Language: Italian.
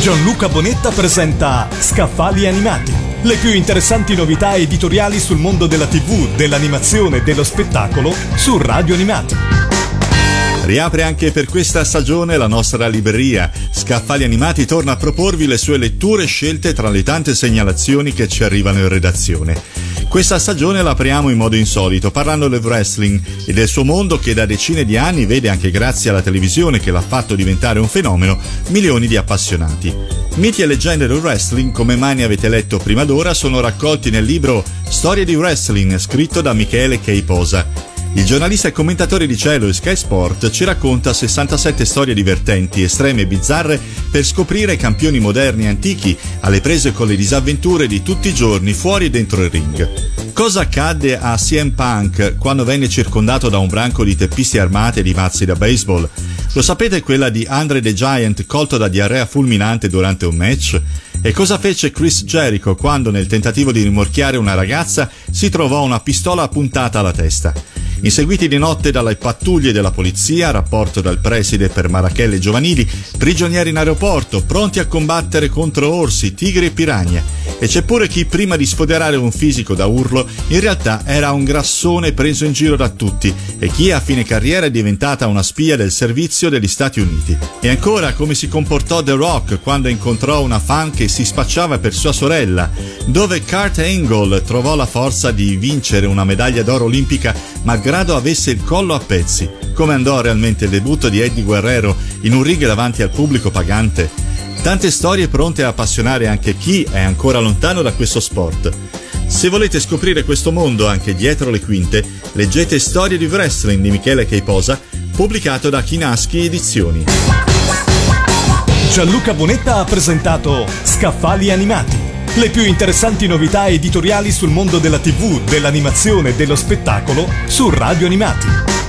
Gianluca Bonetta presenta Scaffali Animati, le più interessanti novità editoriali sul mondo della TV, dell'animazione e dello spettacolo su Radio Animati. Riapre anche per questa stagione la nostra libreria. Scaffali Animati torna a proporvi le sue letture scelte tra le tante segnalazioni che ci arrivano in redazione. Questa stagione la apriamo in modo insolito, parlando del wrestling e del suo mondo che da decine di anni vede, anche grazie alla televisione che l'ha fatto diventare un fenomeno, milioni di appassionati. Miti e leggende del wrestling, come mai ne avete letto prima d'ora, sono raccolti nel libro Storie di Wrestling, scritto da Michele K. Posa. Il giornalista e commentatore di Cielo e Sky Sport ci racconta 67 storie divertenti, estreme e bizzarre per scoprire campioni moderni e antichi alle prese con le disavventure di tutti i giorni fuori e dentro il ring. Cosa accadde a CM Punk quando venne circondato da un branco di teppisti armati e di mazzi da baseball? Lo sapete quella di Andre the Giant colto da diarrea fulminante durante un match? E cosa fece Chris Jericho quando nel tentativo di rimorchiare una ragazza si trovò una pistola puntata alla testa? Inseguiti di notte dalle pattuglie della polizia, rapporto dal preside per Marachelle giovanili, prigionieri in aeroporto, pronti a combattere contro orsi, tigri e piranha. E c'è pure chi prima di sfoderare un fisico da urlo in realtà era un grassone preso in giro da tutti e chi a fine carriera è diventata una spia del servizio degli Stati Uniti. E ancora come si comportò The Rock quando incontrò una fan che si spacciava per sua sorella, dove Kurt Angle trovò la forza di vincere una medaglia d'oro olimpica malgrado avesse il collo a pezzi. Come andò realmente il debutto di Eddie Guerrero in un ring davanti al pubblico pagante? Tante storie pronte a appassionare anche chi è ancora lontano da questo sport. Se volete scoprire questo mondo anche dietro le quinte, leggete Storie di Wrestling di Michele K. Posa, pubblicato da Chinaschi Edizioni. Gianluca Bonetta ha presentato Scaffali Animati, le più interessanti novità editoriali sul mondo della TV, dell'animazione e dello spettacolo su Radio Animati.